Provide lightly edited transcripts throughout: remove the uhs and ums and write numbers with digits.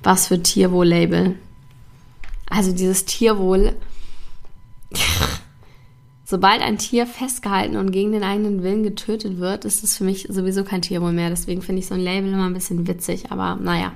Was für Tierwohl-Label. Also dieses Tierwohl. Sobald ein Tier festgehalten und gegen den eigenen Willen getötet wird, ist es für mich sowieso kein Tierwohl mehr. Deswegen finde ich so ein Label immer ein bisschen witzig, aber naja.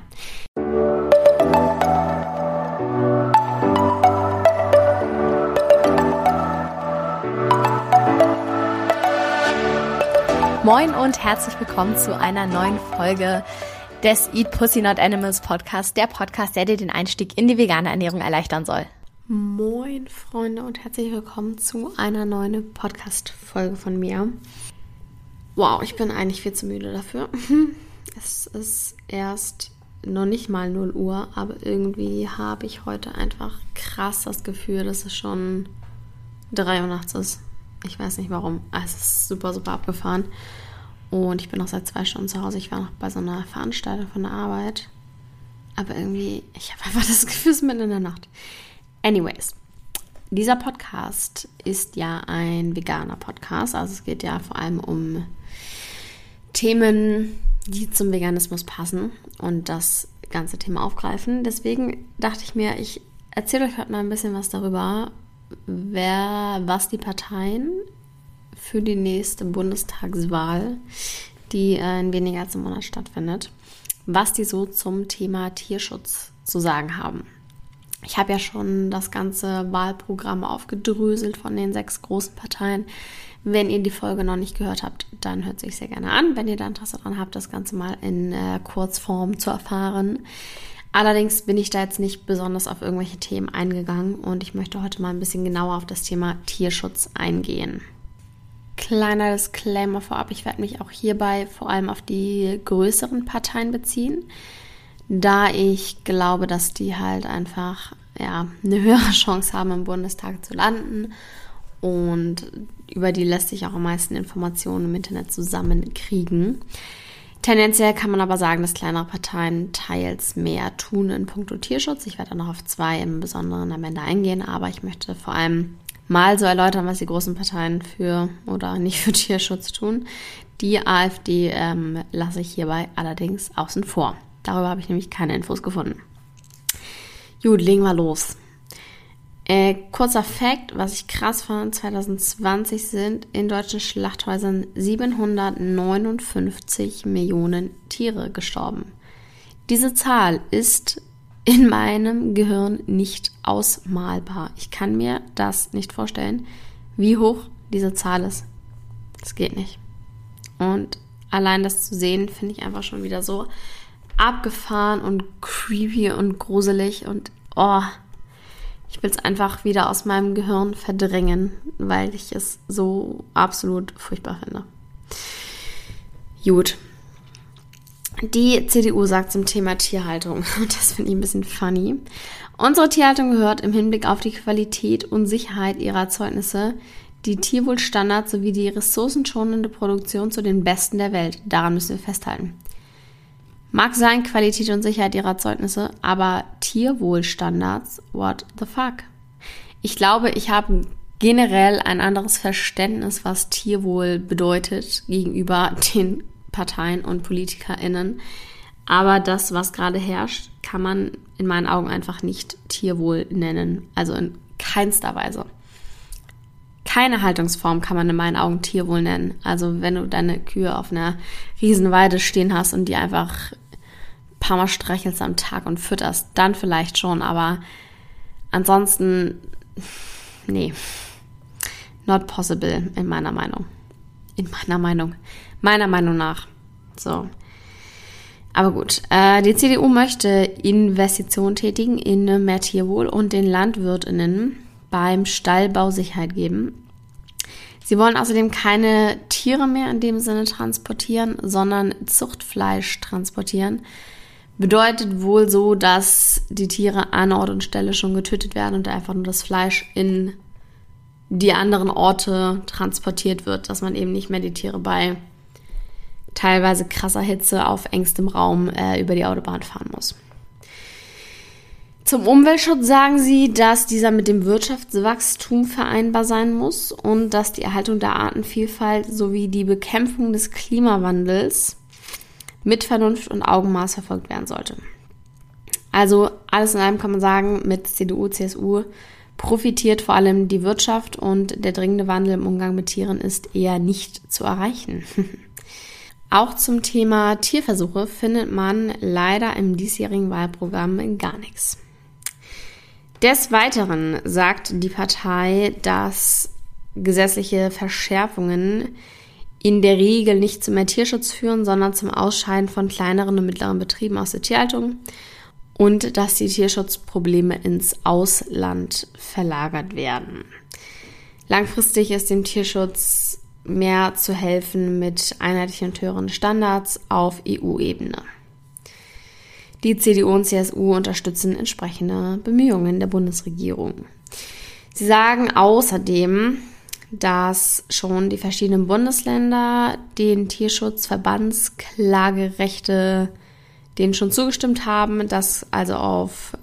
Moin und herzlich willkommen zu einer neuen Folge des Eat Pussy Not Animals Podcast, der Podcast, der dir den Einstieg in die vegane Ernährung erleichtern soll. Moin Freunde und herzlich willkommen zu einer neuen Podcast-Folge von mir. Wow, ich bin eigentlich viel zu müde dafür. Es ist erst noch nicht mal 0 Uhr, aber irgendwie habe ich heute einfach krass das Gefühl, dass es schon 3 Uhr nachts ist. Ich weiß nicht warum. Es ist super, super abgefahren. Und ich bin noch seit 2 Stunden zu Hause. Ich war noch bei so einer Veranstaltung von der Arbeit. Aber irgendwie, ich habe einfach das Gefühl, es ist mitten in der Nacht. Anyways, dieser Podcast ist ja ein veganer Podcast. Also es geht ja vor allem um Themen, die zum Veganismus passen und das ganze Thema aufgreifen. Deswegen dachte ich mir, ich erzähle euch heute mal ein bisschen was darüber, was die Parteien für die nächste Bundestagswahl, die in weniger als einem Monat stattfindet, was die so zum Thema Tierschutz zu sagen haben. Ich habe ja schon das ganze Wahlprogramm aufgedröselt von den 6 großen Parteien. Wenn ihr die Folge noch nicht gehört habt, dann hört sich sehr gerne an, wenn ihr da Interesse daran habt, das Ganze mal in Kurzform zu erfahren. Allerdings bin ich da jetzt nicht besonders auf irgendwelche Themen eingegangen und ich möchte heute mal ein bisschen genauer auf das Thema Tierschutz eingehen. Kleiner Disclaimer vorab, ich werde mich auch hierbei vor allem auf die größeren Parteien beziehen, da ich glaube, dass die halt einfach eine höhere Chance haben, im Bundestag zu landen und über die lässt sich auch am meisten Informationen im Internet zusammenkriegen. Tendenziell kann man aber sagen, dass kleinere Parteien teils mehr tun in puncto Tierschutz. Ich werde dann noch auf 2 im Besonderen am Ende eingehen, aber ich möchte vor allem mal so erläutern, was die großen Parteien für oder nicht für Tierschutz tun. Die AfD lasse ich hierbei allerdings außen vor. Darüber habe ich nämlich keine Infos gefunden. Gut, legen wir los. Kurzer Fact, was ich krass fand, 2020 sind in deutschen Schlachthäusern 759 Millionen Tiere gestorben. Diese Zahl ist in meinem Gehirn nicht ausmalbar. Ich kann mir das nicht vorstellen, wie hoch diese Zahl ist. Das geht nicht. Und allein das zu sehen, finde ich einfach schon wieder so abgefahren und creepy und gruselig und ich will es einfach wieder aus meinem Gehirn verdrängen, weil ich es so absolut furchtbar finde. Gut. Die CDU sagt zum Thema Tierhaltung, und das finde ich ein bisschen funny, unsere Tierhaltung gehört im Hinblick auf die Qualität und Sicherheit ihrer Erzeugnisse, die Tierwohlstandards sowie die ressourcenschonende Produktion zu den besten der Welt. Daran müssen wir festhalten. Mag sein, Qualität und Sicherheit ihrer Erzeugnisse, aber Tierwohlstandards, what the fuck? Ich glaube, ich habe generell ein anderes Verständnis, was Tierwohl bedeutet gegenüber den Parteien und PolitikerInnen. Aber das, was gerade herrscht, kann man in meinen Augen einfach nicht Tierwohl nennen. Also in keinster Weise. Keine Haltungsform kann man in meinen Augen Tierwohl nennen. Also wenn du deine Kühe auf einer Riesenweide stehen hast und die einfach ein paar Mal streichelst am Tag und fütterst, dann vielleicht schon, aber ansonsten, nee, not possible in meiner Meinung. Meiner Meinung nach. So. Aber gut, die CDU möchte Investitionen tätigen in mehr Tierwohl und den LandwirtInnen beim Stallbau Sicherheit geben. Sie wollen außerdem keine Tiere mehr in dem Sinne transportieren, sondern Zuchtfleisch transportieren. Bedeutet wohl so, dass die Tiere an Ort und Stelle schon getötet werden und einfach nur das Fleisch in die anderen Orte transportiert wird, dass man eben nicht mehr die Tiere bei teilweise krasser Hitze auf engstem Raum über die Autobahn fahren muss. Zum Umweltschutz sagen sie, dass dieser mit dem Wirtschaftswachstum vereinbar sein muss und dass die Erhaltung der Artenvielfalt sowie die Bekämpfung des Klimawandels mit Vernunft und Augenmaß verfolgt werden sollte. Also alles in allem kann man sagen, mit CDU, CSU profitiert vor allem die Wirtschaft und der dringende Wandel im Umgang mit Tieren ist eher nicht zu erreichen. Auch zum Thema Tierversuche findet man leider im diesjährigen Wahlprogramm gar nichts. Des Weiteren sagt die Partei, dass gesetzliche Verschärfungen in der Regel nicht zu mehr Tierschutz führen, sondern zum Ausscheiden von kleineren und mittleren Betrieben aus der Tierhaltung und dass die Tierschutzprobleme ins Ausland verlagert werden. Langfristig ist dem Tierschutz mehr zu helfen mit einheitlichen und höheren Standards auf EU-Ebene. Die CDU und CSU unterstützen entsprechende Bemühungen der Bundesregierung. Sie sagen außerdem, dass schon die verschiedenen Bundesländer den Tierschutzverbandsklagerechte denen schon zugestimmt haben, dass also auf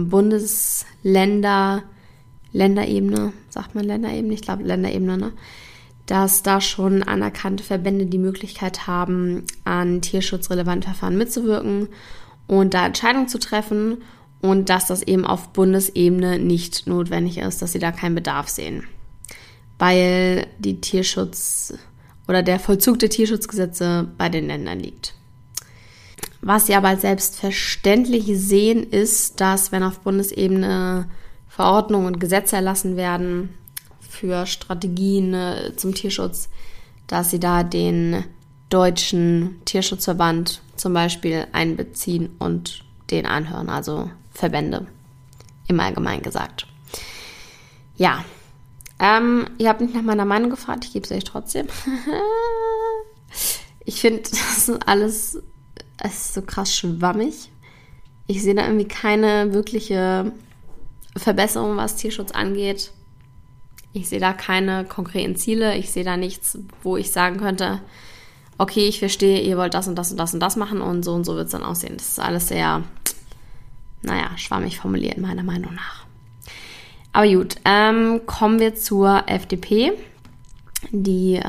Länderebene, sagt man Länderebene? Ich glaube Länderebene, ne? Dass da schon anerkannte Verbände die Möglichkeit haben, an tierschutzrelevanten Verfahren mitzuwirken und da Entscheidungen zu treffen und dass das eben auf Bundesebene nicht notwendig ist, dass sie da keinen Bedarf sehen. Weil die Tierschutz oder der Vollzug der Tierschutzgesetze bei den Ländern liegt. Was sie aber als selbstverständlich sehen, ist, dass wenn auf Bundesebene Verordnungen und Gesetze erlassen werden für Strategien zum Tierschutz, dass sie da den Deutschen Tierschutzverband zum Beispiel einbeziehen und den anhören, also Verbände im Allgemeinen gesagt. Ja, ihr habt nicht nach meiner Meinung gefragt, ich gebe es euch trotzdem. Ich finde, das ist alles, es ist so krass schwammig. Ich sehe da irgendwie keine wirkliche Verbesserung, was Tierschutz angeht. Ich sehe da keine konkreten Ziele. Ich sehe da nichts, wo ich sagen könnte, okay, ich verstehe, ihr wollt das und das und das und das machen und so wird es dann aussehen. Das ist alles sehr, schwammig formuliert, meiner Meinung nach. Aber gut, kommen wir zur FDP. Die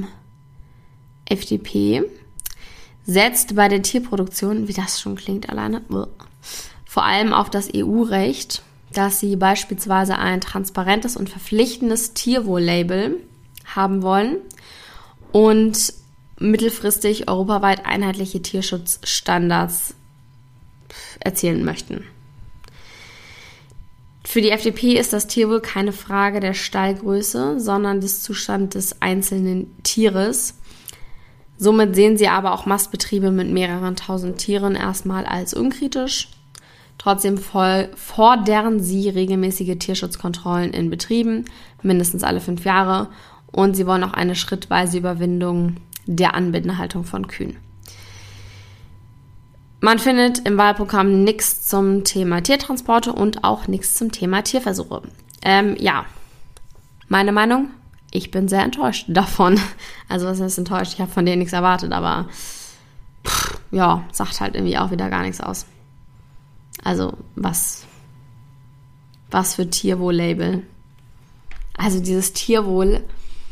FDP setzt bei der Tierproduktion, wie das schon klingt alleine, vor allem auf das EU-Recht, dass sie beispielsweise ein transparentes und verpflichtendes Tierwohl-Label haben wollen und mittelfristig europaweit einheitliche Tierschutzstandards erzielen möchten. Für die FDP ist das Tierwohl keine Frage der Stallgröße, sondern des Zustands des einzelnen Tieres. Somit sehen sie aber auch Mastbetriebe mit mehreren tausend Tieren erstmal als unkritisch. Trotzdem fordern sie regelmäßige Tierschutzkontrollen in Betrieben, mindestens alle 5 Jahre. Und sie wollen auch eine schrittweise Überwindung der Anbindehaltung von Kühen. Man findet im Wahlprogramm nichts zum Thema Tiertransporte und auch nichts zum Thema Tierversuche. Meine Meinung? Ich bin sehr enttäuscht davon. Also was heißt enttäuscht? Ich habe von denen nichts erwartet, aber sagt halt irgendwie auch wieder gar nichts aus. Also was für Tierwohl-Label. Also dieses Tierwohl.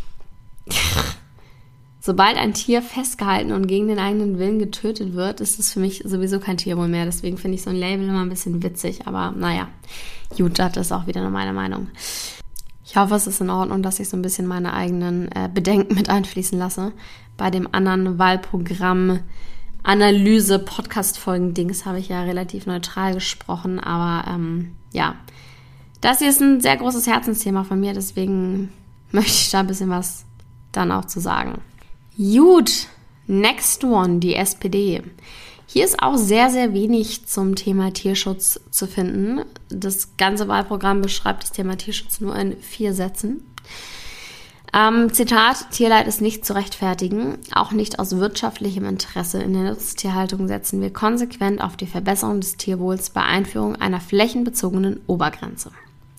Sobald ein Tier festgehalten und gegen den eigenen Willen getötet wird, ist es für mich sowieso kein Tierwohl mehr. Deswegen finde ich so ein Label immer ein bisschen witzig. Aber gut, das ist auch wieder nur meine Meinung. Ich hoffe, es ist in Ordnung, dass ich so ein bisschen meine eigenen Bedenken mit einfließen lasse. Bei dem anderen Wahlprogramm Analyse-Podcast-Folgen-Dings habe ich ja relativ neutral gesprochen. Aber das hier ist ein sehr großes Herzensthema von mir. Deswegen möchte ich da ein bisschen was dann auch zu sagen. Gut, next one, die SPD. Hier ist auch sehr, sehr wenig zum Thema Tierschutz zu finden. Das ganze Wahlprogramm beschreibt das Thema Tierschutz nur in 4 Sätzen. Zitat, Tierleid ist nicht zu rechtfertigen, auch nicht aus wirtschaftlichem Interesse. In der Nutztierhaltung setzen wir konsequent auf die Verbesserung des Tierwohls bei Einführung einer flächenbezogenen Obergrenze.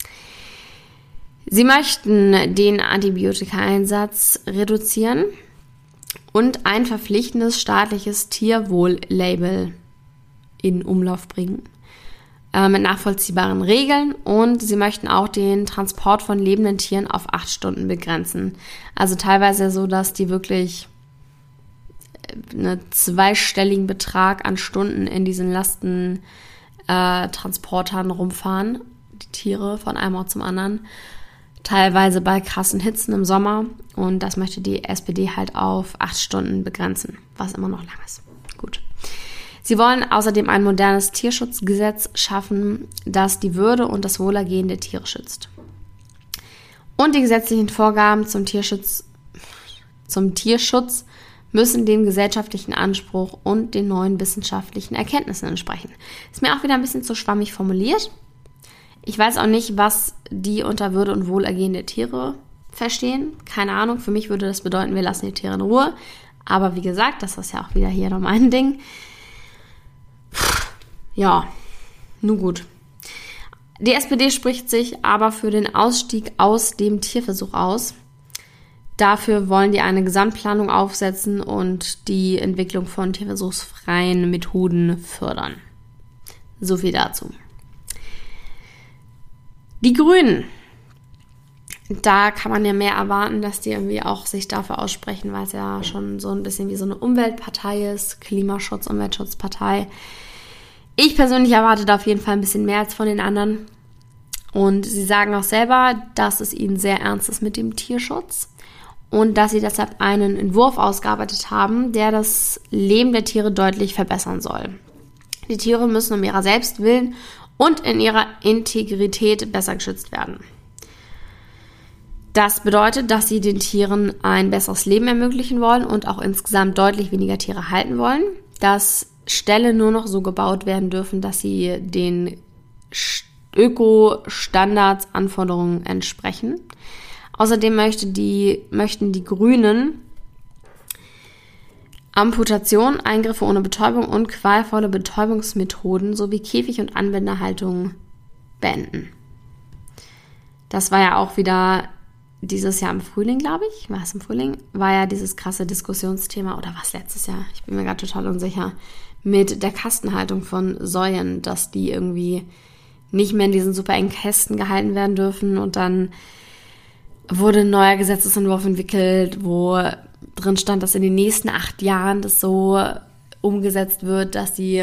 Sie möchten den Antibiotikaeinsatz reduzieren und ein verpflichtendes staatliches Tierwohl-Label in Umlauf bringen mit nachvollziehbaren Regeln, und sie möchten auch den Transport von lebenden Tieren auf 8 Stunden begrenzen. Also teilweise so, dass die wirklich einen 2-stelligen Betrag an Stunden in diesen Lasten Transportern rumfahren, die Tiere von einem Ort zum anderen, teilweise bei krassen Hitzen im Sommer. Und das möchte die SPD halt auf 8 Stunden begrenzen, was immer noch lang ist. Gut. Sie wollen außerdem ein modernes Tierschutzgesetz schaffen, das die Würde und das Wohlergehen der Tiere schützt. Und die gesetzlichen Vorgaben zum Tierschutz müssen dem gesellschaftlichen Anspruch und den neuen wissenschaftlichen Erkenntnissen entsprechen. Ist mir auch wieder ein bisschen zu schwammig formuliert. Ich weiß auch nicht, was die unter Würde und Wohlergehen der Tiere verstehen. Keine Ahnung, für mich würde das bedeuten, wir lassen die Tiere in Ruhe. Aber wie gesagt, das ist ja auch wieder hier noch mein Ding. Ja, nun gut. Die SPD spricht sich aber für den Ausstieg aus dem Tierversuch aus. Dafür wollen die eine Gesamtplanung aufsetzen und die Entwicklung von tierversuchsfreien Methoden fördern. So viel dazu. Die Grünen. Da kann man ja mehr erwarten, dass die irgendwie auch sich dafür aussprechen, weil es ja schon so ein bisschen wie so eine Umweltpartei ist, Klimaschutz, Umweltschutzpartei. Ich persönlich erwarte da auf jeden Fall ein bisschen mehr als von den anderen. Und sie sagen auch selber, dass es ihnen sehr ernst ist mit dem Tierschutz und dass sie deshalb einen Entwurf ausgearbeitet haben, der das Leben der Tiere deutlich verbessern soll. Die Tiere müssen um ihrer selbst willen und in ihrer Integrität besser geschützt werden. Das bedeutet, dass sie den Tieren ein besseres Leben ermöglichen wollen und auch insgesamt deutlich weniger Tiere halten wollen. Dass Ställe nur noch so gebaut werden dürfen, dass sie den Ökostandards, Anforderungen entsprechen. Außerdem möchten die Grünen Amputation, Eingriffe ohne Betäubung und qualvolle Betäubungsmethoden sowie Käfig- und Anbindehaltung beenden. Das war ja auch wieder dieses Jahr im Frühling, glaube ich. War es im Frühling? War ja dieses krasse Diskussionsthema, oder was letztes Jahr? Ich bin mir gerade total unsicher. Mit der Kastenhaltung von Säuen, dass die irgendwie nicht mehr in diesen super engen Kästen gehalten werden dürfen. Und dann wurde ein neuer Gesetzesentwurf entwickelt, wo drin stand, dass in den nächsten 8 Jahren das so umgesetzt wird, dass die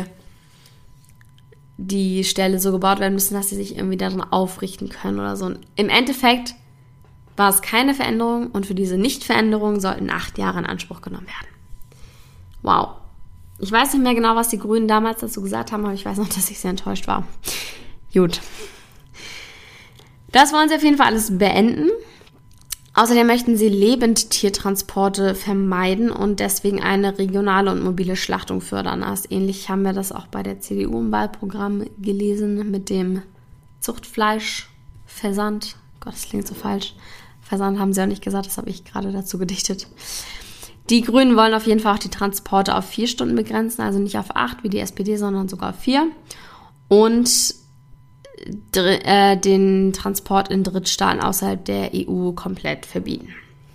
Ställe so gebaut werden müssen, dass sie sich irgendwie darin aufrichten können oder so. Und im Endeffekt war es keine Veränderung und für diese Nichtveränderung sollten 8 Jahre in Anspruch genommen werden. Wow. Ich weiß nicht mehr genau, was die Grünen damals dazu gesagt haben, aber ich weiß noch, dass ich sehr enttäuscht war. Gut. Das wollen sie auf jeden Fall alles beenden. Außerdem möchten sie Lebendtiertransporte vermeiden und deswegen eine regionale und mobile Schlachtung fördern. Also ähnlich haben wir das auch bei der CDU im Wahlprogramm gelesen mit dem Zuchtfleischversand. Gott, das klingt so falsch. Versand haben sie auch nicht gesagt, das habe ich gerade dazu gedichtet. Die Grünen wollen auf jeden Fall auch die Transporte auf 4 Stunden begrenzen, also nicht auf 8 wie die SPD, sondern sogar auf 4. Und den Transport in Drittstaaten außerhalb der EU komplett verbieten.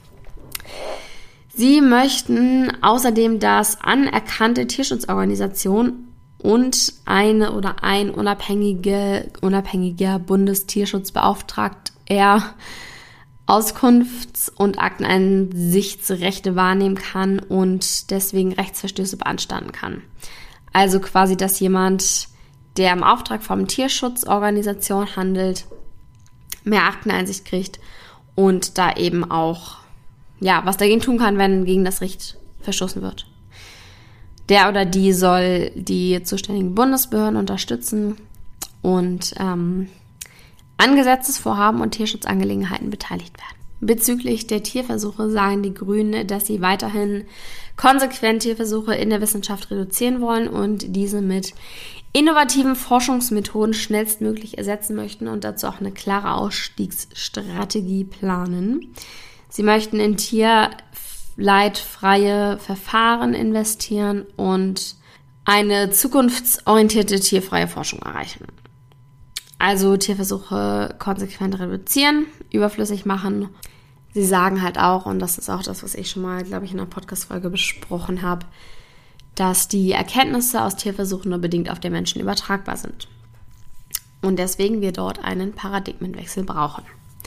Sie möchten außerdem, dass anerkannte Tierschutzorganisationen und ein unabhängiger Bundestierschutzbeauftragter Auskunfts- und Akteneingichtsrechte wahrnehmen kann und deswegen Rechtsverstöße beanstanden kann. Also quasi, dass jemand, der im Auftrag von Tierschutzorganisation handelt, mehr Akteneinsicht kriegt und da eben auch was dagegen tun kann, wenn gegen das Recht verstoßen wird. Der oder die soll die zuständigen Bundesbehörden unterstützen und an Gesetzesvorhaben und Tierschutzangelegenheiten beteiligt werden. Bezüglich der Tierversuche sagen die Grünen, dass sie weiterhin konsequent Tierversuche in der Wissenschaft reduzieren wollen und diese mit innovativen Forschungsmethoden schnellstmöglich ersetzen möchten und dazu auch eine klare Ausstiegsstrategie planen. Sie möchten in tierleidfreie Verfahren investieren und eine zukunftsorientierte tierfreie Forschung erreichen. Also Tierversuche konsequent reduzieren, überflüssig machen. Sie sagen halt auch, und das ist auch das, was ich schon mal, glaube ich, in einer Podcast-Folge besprochen habe, dass die Erkenntnisse aus Tierversuchen nur bedingt auf den Menschen übertragbar sind. Und deswegen wir dort einen Paradigmenwechsel brauchen.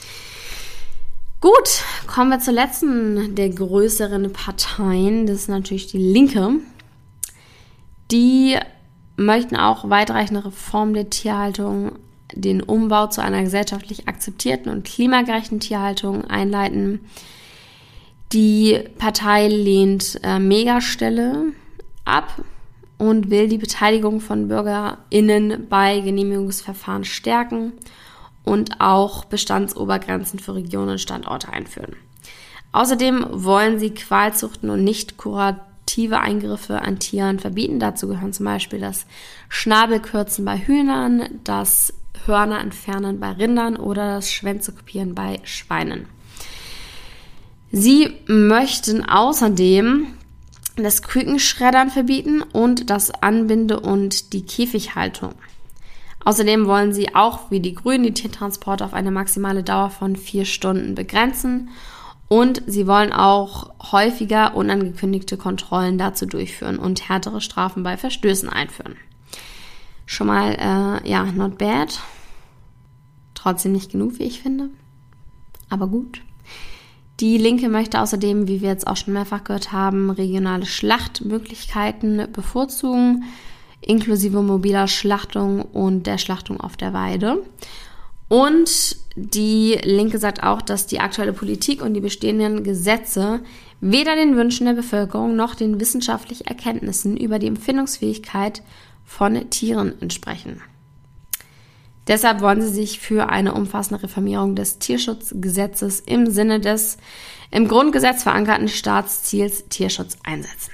Gut, kommen wir zur letzten der größeren Parteien. Das ist natürlich die Linke. Die möchten auch weitreichende Reformen der Tierhaltung, den Umbau zu einer gesellschaftlich akzeptierten und klimagerechten Tierhaltung einleiten. Die Partei lehnt Megaställe ab und will die Beteiligung von BürgerInnen bei Genehmigungsverfahren stärken und auch Bestandsobergrenzen für Regionen und Standorte einführen. Außerdem wollen sie Qualzuchten und nicht kurative Eingriffe an Tieren verbieten. Dazu gehören zum Beispiel das Schnabelkürzen bei Hühnern, das Hörner entfernen bei Rindern oder das Schwänze kopieren bei Schweinen. Sie möchten außerdem das Kükenschreddern verbieten und das Anbinde- und die Käfighaltung. Außerdem wollen sie auch, wie die Grünen, die Tiertransporte auf eine maximale Dauer von 4 Stunden begrenzen und sie wollen auch häufiger unangekündigte Kontrollen dazu durchführen und härtere Strafen bei Verstößen einführen. Schon mal, not bad. Trotzdem nicht genug, wie ich finde. Aber gut. Die Linke möchte außerdem, wie wir jetzt auch schon mehrfach gehört haben, regionale Schlachtmöglichkeiten bevorzugen, inklusive mobiler Schlachtung und der Schlachtung auf der Weide. Und die Linke sagt auch, dass die aktuelle Politik und die bestehenden Gesetze weder den Wünschen der Bevölkerung noch den wissenschaftlichen Erkenntnissen über die Empfindungsfähigkeit von Tieren entsprechen. Deshalb wollen sie sich für eine umfassende Reformierung des Tierschutzgesetzes im Sinne des im Grundgesetz verankerten Staatsziels Tierschutz einsetzen.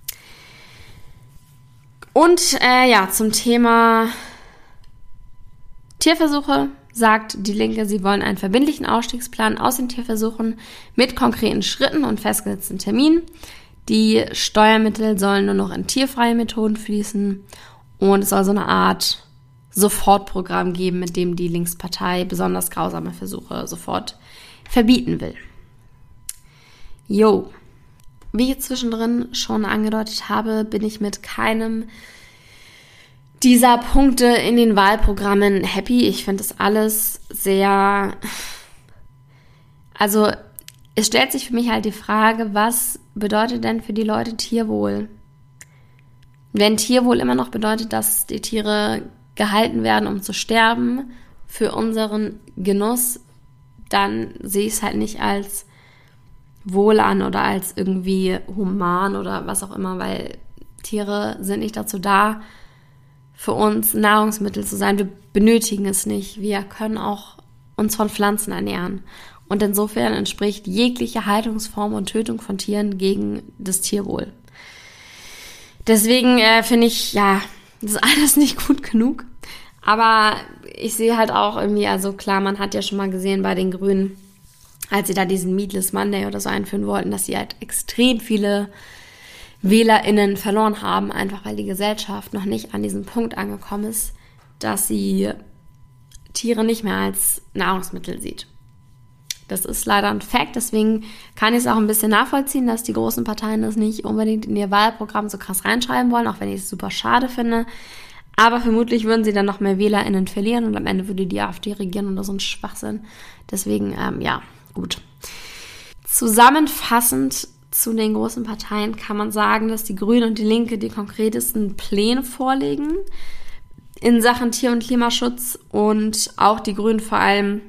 Und zum Thema Tierversuche sagt die Linke, sie wollen einen verbindlichen Ausstiegsplan aus den Tierversuchen mit konkreten Schritten und festgesetzten Terminen. Die Steuermittel sollen nur noch in tierfreie Methoden fließen und es soll so eine Art Sofortprogramm geben, mit dem die Linkspartei besonders grausame Versuche sofort verbieten will. Wie ich jetzt zwischendrin schon angedeutet habe, bin ich mit keinem dieser Punkte in den Wahlprogrammen happy. Ich finde das alles sehr... Also es stellt sich für mich halt die Frage, was bedeutet denn für die Leute Tierwohl? Wenn Tierwohl immer noch bedeutet, dass die Tiere gehalten werden, um zu sterben, für unseren Genuss, dann sehe ich es halt nicht als wohl an oder als irgendwie human oder was auch immer, weil Tiere sind nicht dazu da, für uns Nahrungsmittel zu sein. Wir benötigen es nicht. Wir können auch uns von Pflanzen ernähren. Und insofern entspricht jegliche Haltungsform und Tötung von Tieren gegen das Tierwohl. Deswegen finde ich, das ist alles nicht gut genug. Aber ich sehe halt auch irgendwie, also klar, man hat ja schon mal gesehen bei den Grünen, als sie da diesen Meatless Monday oder so einführen wollten, dass sie halt extrem viele WählerInnen verloren haben, einfach weil die Gesellschaft noch nicht an diesem Punkt angekommen ist, dass sie Tiere nicht mehr als Nahrungsmittel sieht. Das ist leider ein Fakt, deswegen kann ich es auch ein bisschen nachvollziehen, dass die großen Parteien das nicht unbedingt in ihr Wahlprogramm so krass reinschreiben wollen, auch wenn ich es super schade finde. Aber vermutlich würden sie dann noch mehr WählerInnen verlieren und am Ende würde die AfD regieren oder so ein Schwachsinn. Deswegen, gut. Zusammenfassend zu den großen Parteien kann man sagen, dass die Grünen und die Linke die konkretesten Pläne vorlegen in Sachen Tier- und Klimaschutz und auch die Grünen vor allem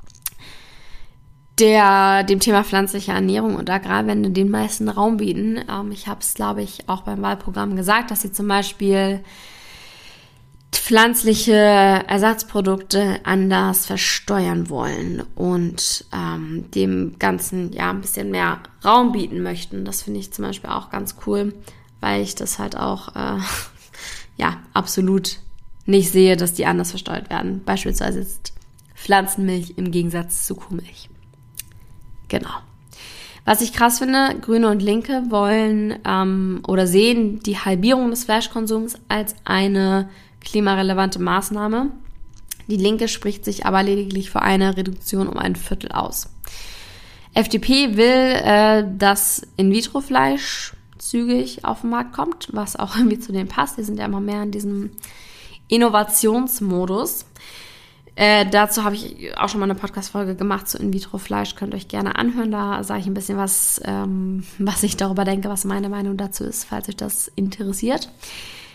dem Thema pflanzliche Ernährung und Agrarwende den meisten Raum bieten. Ich habe es, glaube ich, auch beim Wahlprogramm gesagt, dass sie zum Beispiel pflanzliche Ersatzprodukte anders versteuern wollen und dem Ganzen ein bisschen mehr Raum bieten möchten. Das finde ich zum Beispiel auch ganz cool, weil ich das halt auch absolut nicht sehe, dass die anders versteuert werden. Beispielsweise jetzt Pflanzenmilch im Gegensatz zu Kuhmilch. Genau. Was ich krass finde, Grüne und Linke wollen oder sehen die Halbierung des Fleischkonsums als eine klimarelevante Maßnahme. Die Linke spricht sich aber lediglich für eine Reduktion um 1/4 aus. FDP will, dass In-vitro-Fleisch zügig auf den Markt kommt, was auch irgendwie zu denen passt. Die sind ja immer mehr in diesem Innovationsmodus. Dazu habe ich auch schon mal eine Podcast-Folge gemacht zu In-vitro-Fleisch. Könnt ihr euch gerne anhören. Da sage ich ein bisschen was ich darüber denke, was meine Meinung dazu ist, falls euch das interessiert.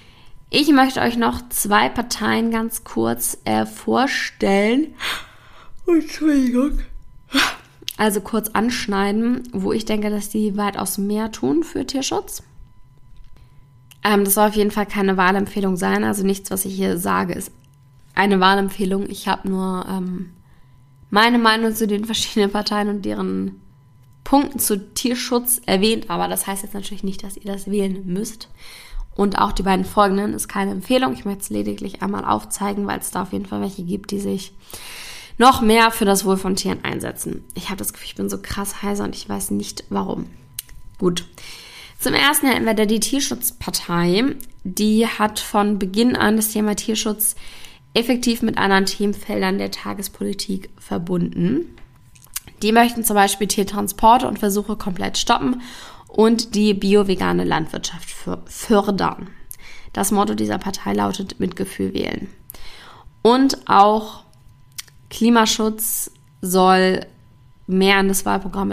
Ich möchte euch noch 2 Parteien ganz kurz vorstellen. Entschuldigung. Also kurz anschneiden, wo ich denke, dass die weitaus mehr tun für Tierschutz. Das soll auf jeden Fall keine Wahlempfehlung sein. Also nichts, was ich hier sage, ist eine Wahlempfehlung. Ich habe nur meine Meinung zu den verschiedenen Parteien und deren Punkten zu Tierschutz erwähnt. Aber das heißt jetzt natürlich nicht, dass ihr das wählen müsst. Und auch die beiden folgenden ist keine Empfehlung. Ich möchte es lediglich einmal aufzeigen, weil es da auf jeden Fall welche gibt, die sich noch mehr für das Wohl von Tieren einsetzen. Ich habe das Gefühl, ich bin so krass heiser und ich weiß nicht, warum. Gut. Zum ersten hätten wir da die Tierschutzpartei. Die hat von Beginn an das Thema Tierschutz effektiv mit anderen Themenfeldern der Tagespolitik verbunden. Die möchten zum Beispiel Tiertransporte und Versuche komplett stoppen und die bio-vegane Landwirtschaft fördern. Das Motto dieser Partei lautet Mitgefühl wählen. Und auch Klimaschutz soll mehr an das Wahlprogramm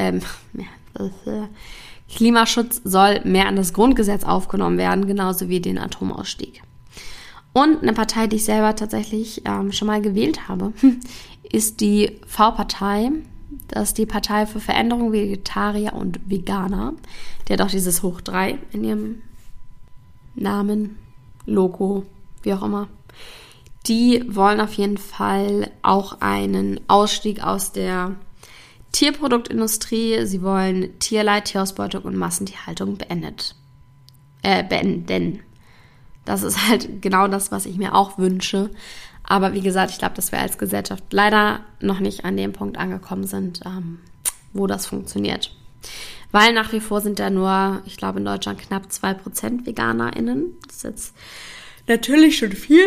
Klimaschutz soll mehr an das Grundgesetz aufgenommen werden, genauso wie den Atomausstieg. Und eine Partei, die ich selber tatsächlich schon mal gewählt habe, ist die V-Partei. Das ist die Partei für Veränderung, Vegetarier und Veganer. Die hat auch dieses Hoch 3 in ihrem Namen, Logo, wie auch immer. Die wollen auf jeden Fall auch einen Ausstieg aus der Tierproduktindustrie. Sie wollen Tierleid, Tierausbeutung und Massentierhaltung beenden. Das ist halt genau das, was ich mir auch wünsche. Aber wie gesagt, ich glaube, dass wir als Gesellschaft leider noch nicht an dem Punkt angekommen sind, wo das funktioniert. Weil nach wie vor sind da nur, ich glaube in Deutschland knapp 2% VeganerInnen. Das ist jetzt natürlich schon viel.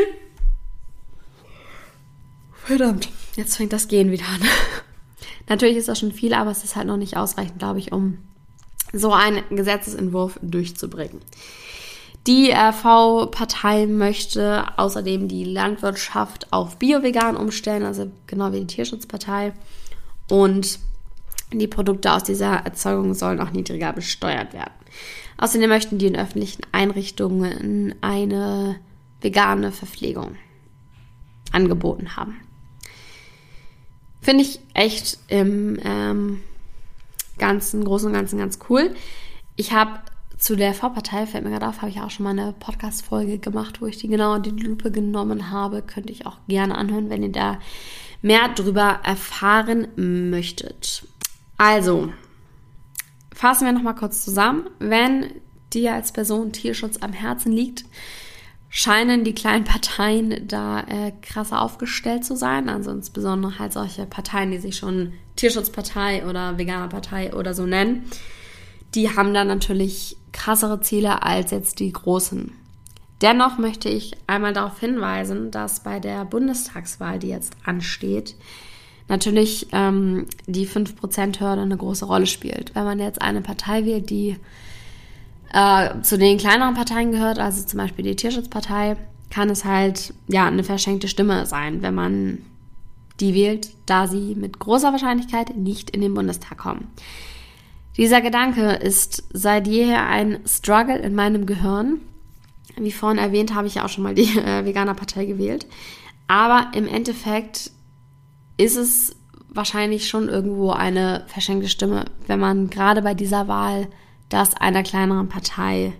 Verdammt, jetzt fängt das Gehen wieder an. Natürlich ist das schon viel, aber es ist halt noch nicht ausreichend, glaube ich, um so einen Gesetzesentwurf durchzubringen. Die V-Partei möchte außerdem die Landwirtschaft auf bio-vegan umstellen, also genau wie die Tierschutzpartei. Und die Produkte aus dieser Erzeugung sollen auch niedriger besteuert werden. Außerdem möchten die in öffentlichen Einrichtungen eine vegane Verpflegung angeboten haben. Finde ich echt im Großen und Ganzen ganz cool. Ich habe zu der V-Partei, fällt mir gerade auf, habe ich auch schon mal eine Podcast-Folge gemacht, wo ich die genau in die Lupe genommen habe. Könnte ich auch gerne anhören, wenn ihr da mehr drüber erfahren möchtet. Also, fassen wir nochmal kurz zusammen. Wenn dir als Person Tierschutz am Herzen liegt, scheinen die kleinen Parteien da krasser aufgestellt zu sein. Also insbesondere halt solche Parteien, die sich schon Tierschutzpartei oder Veganerpartei oder so nennen. Die haben dann natürlich krassere Ziele als jetzt die großen. Dennoch möchte ich einmal darauf hinweisen, dass bei der Bundestagswahl, die jetzt ansteht, natürlich die 5%-Hürde eine große Rolle spielt. Wenn man jetzt eine Partei wählt, die zu den kleineren Parteien gehört, also zum Beispiel die Tierschutzpartei, kann es halt eine verschenkte Stimme sein, wenn man die wählt, da sie mit großer Wahrscheinlichkeit nicht in den Bundestag kommen. Dieser Gedanke ist seit jeher ein Struggle in meinem Gehirn. Wie vorhin erwähnt, habe ich ja auch schon mal die Veganerpartei gewählt. Aber im Endeffekt ist es wahrscheinlich schon irgendwo eine verschenkte Stimme, wenn man gerade bei dieser Wahl das einer kleineren Partei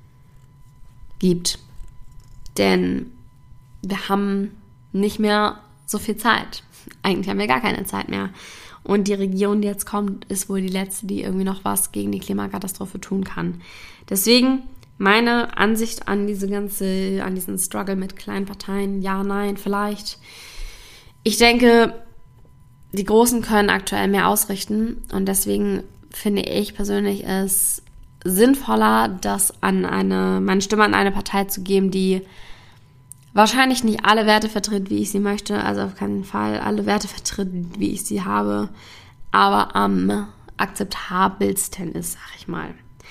gibt. Denn wir haben nicht mehr so viel Zeit. Eigentlich haben wir gar keine Zeit mehr. Und die Regierung, die jetzt kommt, ist wohl die letzte, die irgendwie noch was gegen die Klimakatastrophe tun kann. Deswegen meine Ansicht an diesen Struggle mit kleinen Parteien, ja, nein, vielleicht. Ich denke, die Großen können aktuell mehr ausrichten und deswegen finde ich persönlich es sinnvoller, meine Stimme an eine Partei zu geben, die wahrscheinlich nicht alle Werte vertritt, wie ich sie möchte, also auf keinen Fall alle Werte vertritt, wie ich sie habe, aber am akzeptabelsten ist, sag ich mal.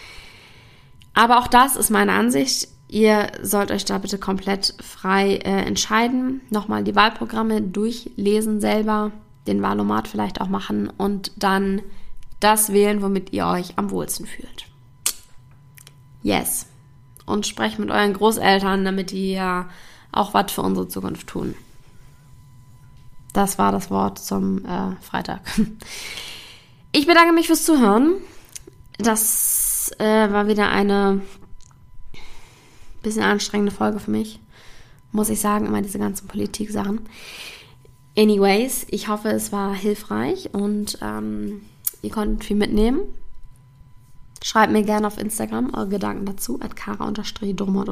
Aber auch das ist meine Ansicht. Ihr sollt euch da bitte komplett frei entscheiden. Nochmal die Wahlprogramme durchlesen selber, den Wahlomat vielleicht auch machen und dann das wählen, womit ihr euch am wohlsten fühlt. Yes. und sprecht mit euren Großeltern, damit die ja auch was für unsere Zukunft tun. Das war das Wort zum Freitag. Ich bedanke mich fürs Zuhören. Das war wieder eine bisschen anstrengende Folge für mich. Muss ich sagen, immer diese ganzen Politik-Sachen. Anyways, ich hoffe, es war hilfreich und ihr konntet viel mitnehmen. Schreibt mir gerne auf Instagram eure Gedanken dazu, @kara_domot_.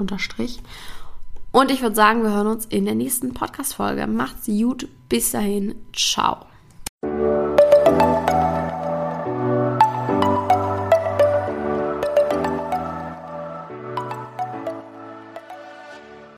Und ich würde sagen, wir hören uns in der nächsten Podcast-Folge. Macht's gut, bis dahin, ciao.